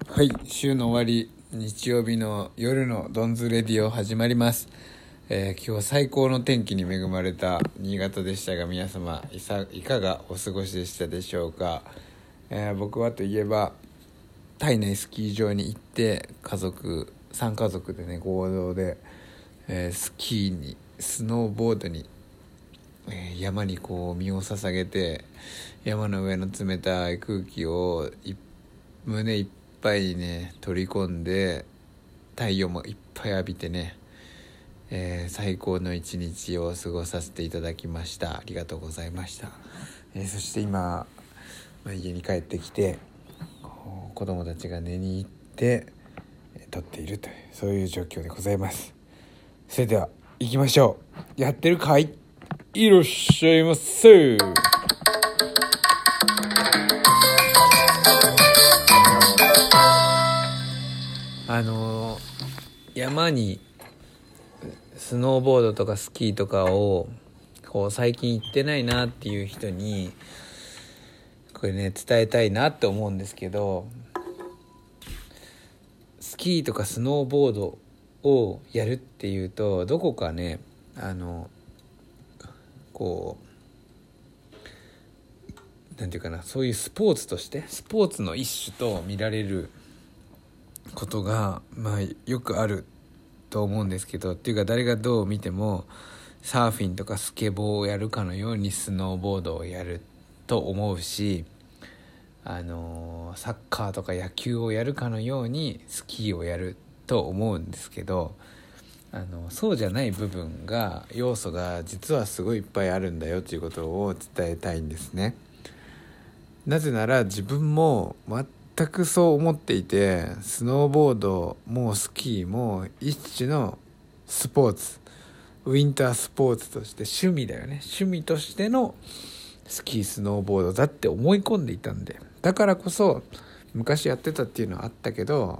はい、週の終わり、日曜日の夜のドンズレディオ始まります。今日は最高の天気に恵まれた新潟でしたが、皆様いかがお過ごしでしたでしょうか。僕はといえば体内スキー場に行って3家族でね合同で、スキーにスノーボードに、山にこう身を捧げて、山の上の冷たい空気を胸いっぱいにね取り込んで、太陽もいっぱい浴びてね、最高の一日を過ごさせていただきました。ありがとうございました。そして今、家に帰ってきて子供たちが寝に行って撮っているという、そういう状況でございます。それでは行きましょう。やってるかい？いらっしゃいませ。山にスノーボードとかスキーとかをこう最近行ってないなっていう人にこれね伝えたいなって思うんですけど、スキーとかスノーボードをやるっていうと、どこかねこうなんていうかな、そういうスポーツとしてスポーツの一種と見られることがよくあると思うんですけど、っていうか誰がどう見てもサーフィンとかスケボーをやるかのようにスノーボードをやると思うし、サッカーとか野球をやるかのようにスキーをやると思うんですけど、そうじゃない部分要素が実はすごいいっぱいあるんだよということを伝えたいんですね。なぜなら自分も全くそう思っていて、スノーボードもスキーも一種のスポーツ、ウィンタースポーツとして趣味だよね。趣味としてのスキースノーボードだって思い込んでいたんで、だからこそ昔やってたっていうのはあったけど、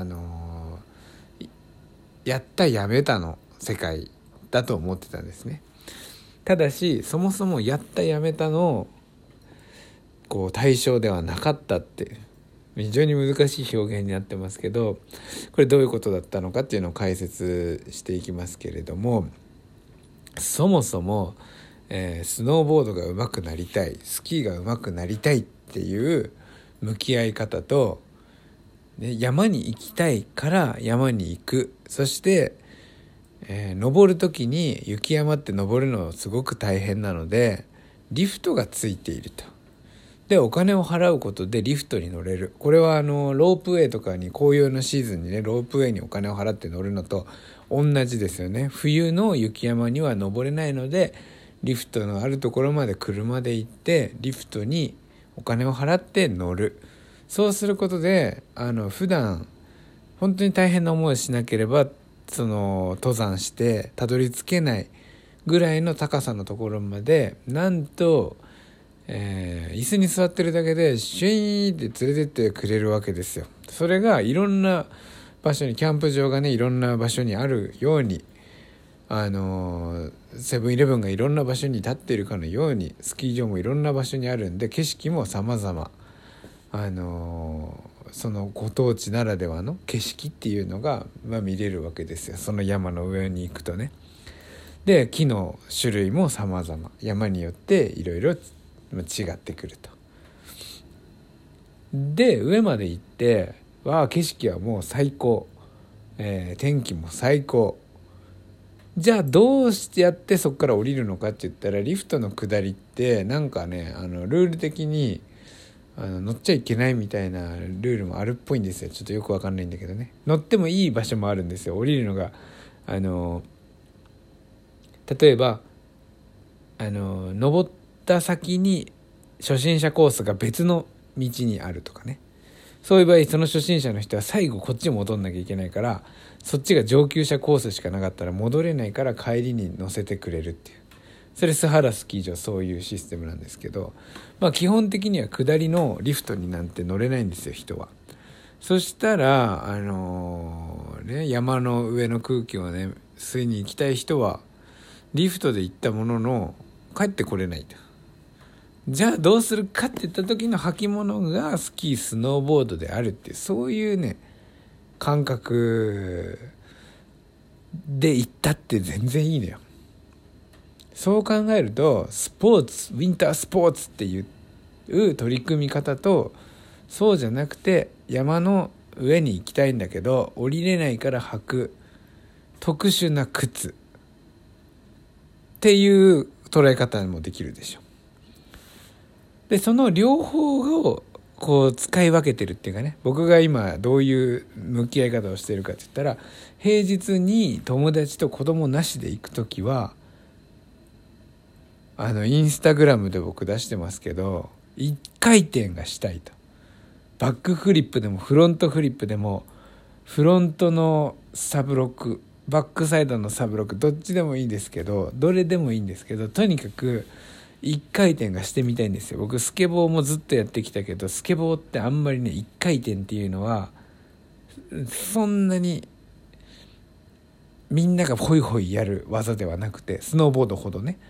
やったやめたの世界だと思ってたんですね。ただしそもそもやったやめたのこう対象ではなかったって非常に難しい表現になってますけど、これどういうことだったのかっていうのを解説していきますけれども、そもそも、スノーボードが上手くなりたい、スキーが上手くなりたいっていう向き合い方と、山に行きたいから山に行く、そして、登る時に雪山って登るのすごく大変なのでリフトがついていると。でお金を払うことでリフトに乗れる。これはロープウェイとかに紅葉のシーズンにねロープウェイにお金を払って乗るのと同じですよね。冬の雪山には登れないのでリフトのあるところまで車で行ってリフトにお金を払って乗る。そうすることで普段本当に大変な思いをしなければ登山してたどり着けないぐらいの高さのところまでなんと、椅子に座ってるだけでシュイーって連れてってくれるわけですよ。それがいろんな場所に、キャンプ場がねいろんな場所にあるように、セブンイレブンがいろんな場所に立っているかのようにスキー場もいろんな場所にあるんで、景色も様々そのご当地ならではの景色っていうのが、見れるわけですよ。その山の上に行くとね。で木の種類も様々、山によっていろいろ違ってくると。で上まで行って景色はもう最高、天気も最高。じゃあどうしてやってそこから降りるのかって言ったら、リフトの下りってなんかねルール的に乗っちゃいけないみたいなルールもあるっぽいんですよ。ちょっとよくわかんないんだけどね。乗ってもいい場所もあるんですよ。降りるのが例えば登った先に初心者コースが別の道にあるとかね。そういう場合その初心者の人は最後こっちに戻んなきゃいけないから、そっちが上級者コースしかなかったら戻れないから帰りに乗せてくれるっていう、それスハラスキー場そういうシステムなんですけど、基本的には下りのリフトになんて乗れないんですよ、人は。そしたら山の上の空気をね吸いに行きたい人はリフトで行ったものの帰ってこれないと。 じゃあどうするかって言った時の履物がスキースノーボードであるっていう、そういうね感覚で行ったって全然いいのよ。そう考えるとスポーツ、ウィンタースポーツっていう取り組み方と、そうじゃなくて山の上に行きたいんだけど降りれないから履く特殊な靴っていう捉え方もできるでしょ。でその両方をこう使い分けてるっていうかね、僕が今どういう向き合い方をしてるかって言ったら、平日に友達と子供なしで行くときはインスタグラムで僕出してますけど、一回転がしたいと。バックフリップでもフロントフリップでも、フロントのサブロック、バックサイドのサブロック、どっちでもいいんですけど、どれでもいいんですけど、とにかく一回転がしてみたいんですよ。僕スケボーもずっとやってきたけど、スケボーってあんまりね、一回転っていうのはそんなにみんながホイホイやる技ではなくて、スノーボードほどね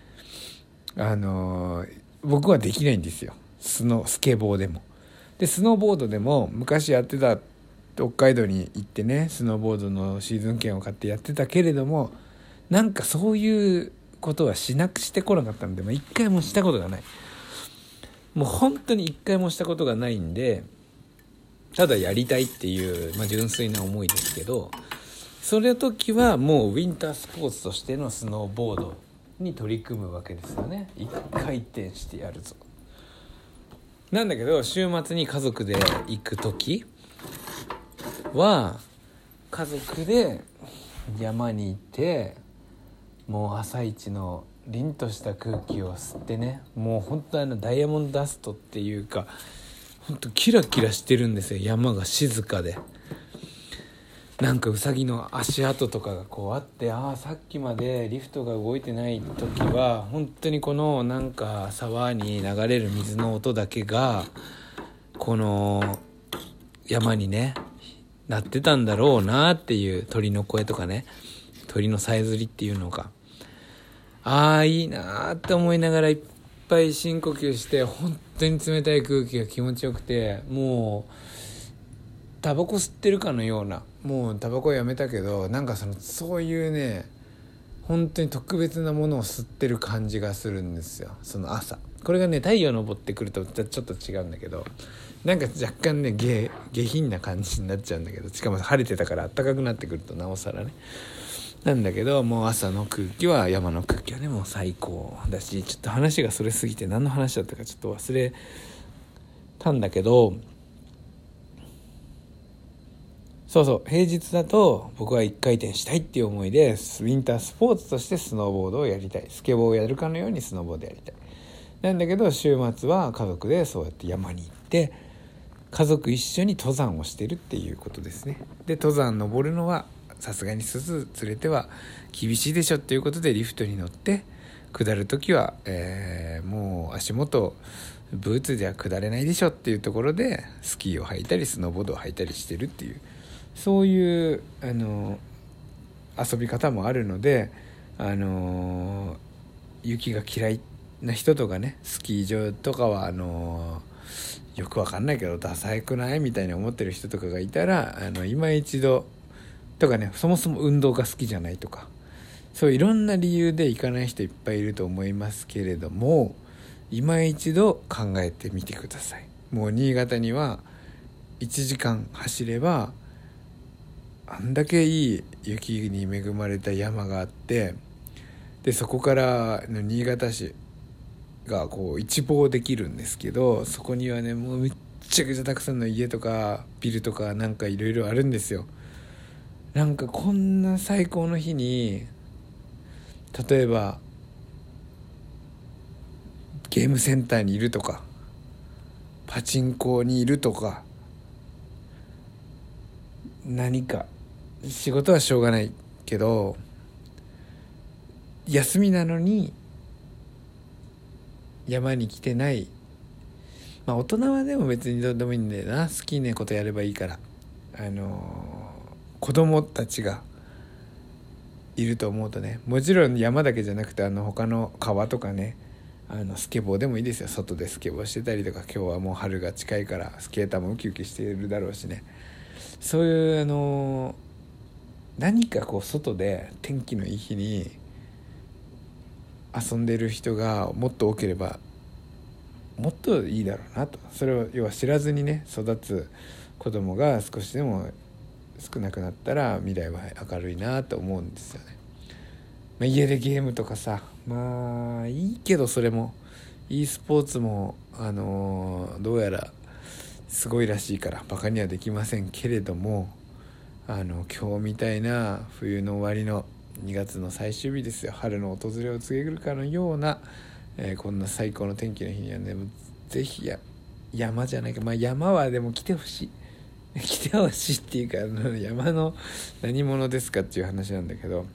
僕はできないんですよ、スケボーでも。でスノーボードでも昔やってた、北海道に行ってねスノーボードのシーズン券を買ってやってたけれども、なんかそういうことはしてこなかったので、一回もしたことがない、もう本当に一回もしたことがないんで、ただやりたいっていう、純粋な思いですけど、それの時はもうウィンタースポーツとしてのスノーボードに取り組むわけですよね。一回転してやるぞ。なんだけど週末に家族で行く時は家族で山に行って、もう朝一の凛とした空気を吸ってね、もう本当ダイヤモンドダストっていうか、本当キラキラしてるんですよ。山が静かで、なんかウサギの足跡とかがこうあって、さっきまでリフトが動いてない時は本当にこのなんか沢に流れる水の音だけがこの山にねなってたんだろうなっていう、鳥の声とかね、鳥のさえずりっていうのが、いいなって思いながらいっぱい深呼吸して、本当に冷たい空気が気持ちよくて、もうタバコ吸ってるかのような、もうタバコやめたけど、なんかそういうね本当に特別なものを吸ってる感じがするんですよ、その朝。これがね太陽昇ってくるとちょっと違うんだけど、なんか若干ね下品な感じになっちゃうんだけど、しかも晴れてたから暖かくなってくるとなおさらねなんだけど、もう朝の空気は、山の空気はねもう最高だし、ちょっと話がそれすぎて何の話だったかちょっと忘れたんだけど、そう平日だと僕は一回転したいっていう思いでウィンタースポーツとしてスノーボードをやりたい、スケボーをやるかのようにスノーボードやりたい。なんだけど週末は家族でそうやって山に行って家族一緒に登山をしてるっていうことですね。で登山登るのはさすがに連れては厳しいでしょっていうことでリフトに乗って下るときは、もう足元ブーツでは下れないでしょっていうところでスキーを履いたりスノーボードを履いたりしてるっていう、そういう遊び方もあるので、雪が嫌いな人とかね、スキー場とかはよくわかんないけどダサくないみたいに思ってる人とかがいたら、今一度とかね、そもそも運動が好きじゃないとか、そういろんな理由で行かない人いっぱいいると思いますけれども、今一度考えてみてください。もう新潟には1時間走ればあんだけいい雪に恵まれた山があって、でそこからの新潟市がこう一望できるんですけど、そこにはねもうめっちゃくちゃたくさんの家とかビルとかなんかいろいろあるんですよ。なんかこんな最高の日に、例えばゲームセンターにいるとかパチンコにいるとか、何か仕事はしょうがないけど休みなのに山に来てない、大人はでも別にどうでもいいんだよな、好きなことやればいいから、子供たちがいると思うとね、もちろん山だけじゃなくて他の川とかね、 スケボーでもいいですよ。外でスケボーしてたりとか、今日はもう春が近いからスケーターもウキウキしているだろうしね。そういう何かこう外で天気のいい日に遊んでる人がもっと多ければもっといいだろうなと。それを要は知らずにね育つ子供が少しでも少なくなったら未来は明るいなと思うんですよね。家でゲームとかさ、まあいいけど、それも e スポーツもどうやらすごいらしいからバカにはできませんけれども、今日みたいな冬の終わりの2月の最終日ですよ、春の訪れを告げるかのような、こんな最高の天気の日にはね、ぜひ山じゃないか、山はでも来てほしい来てほしいっていうか、山の何者ですかっていう話なんだけど、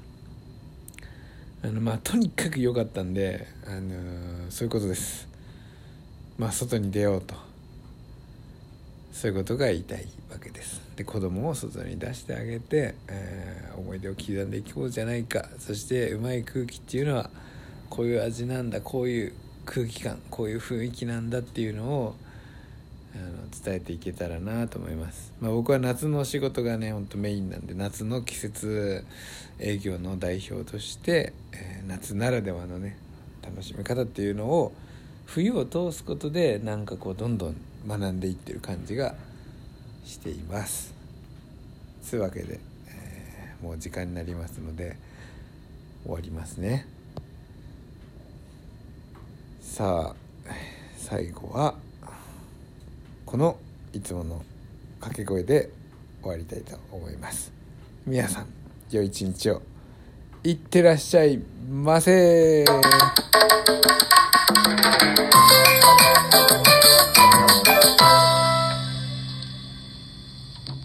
とにかく良かったんで、そういうことです。外に出ようと、そういうことが言いたいわけです。で、子供を外に出してあげて、思い出を刻んでいこうじゃないか。そしてうまい空気っていうのはこういう味なんだ、こういう空気感、こういう雰囲気なんだっていうのを伝えていけたらなと思います。僕は夏の仕事がねほんとメインなんで、夏の季節営業の代表として、夏ならではのね楽しみ方っていうのを冬を通すことでなんかこうどんどん学んでいってる感じがしています。というわけで、もう時間になりますので終わりますね。さあ最後はこのいつもの掛け声で終わりたいと思います。皆さん良い一日をいってらっしゃいませ。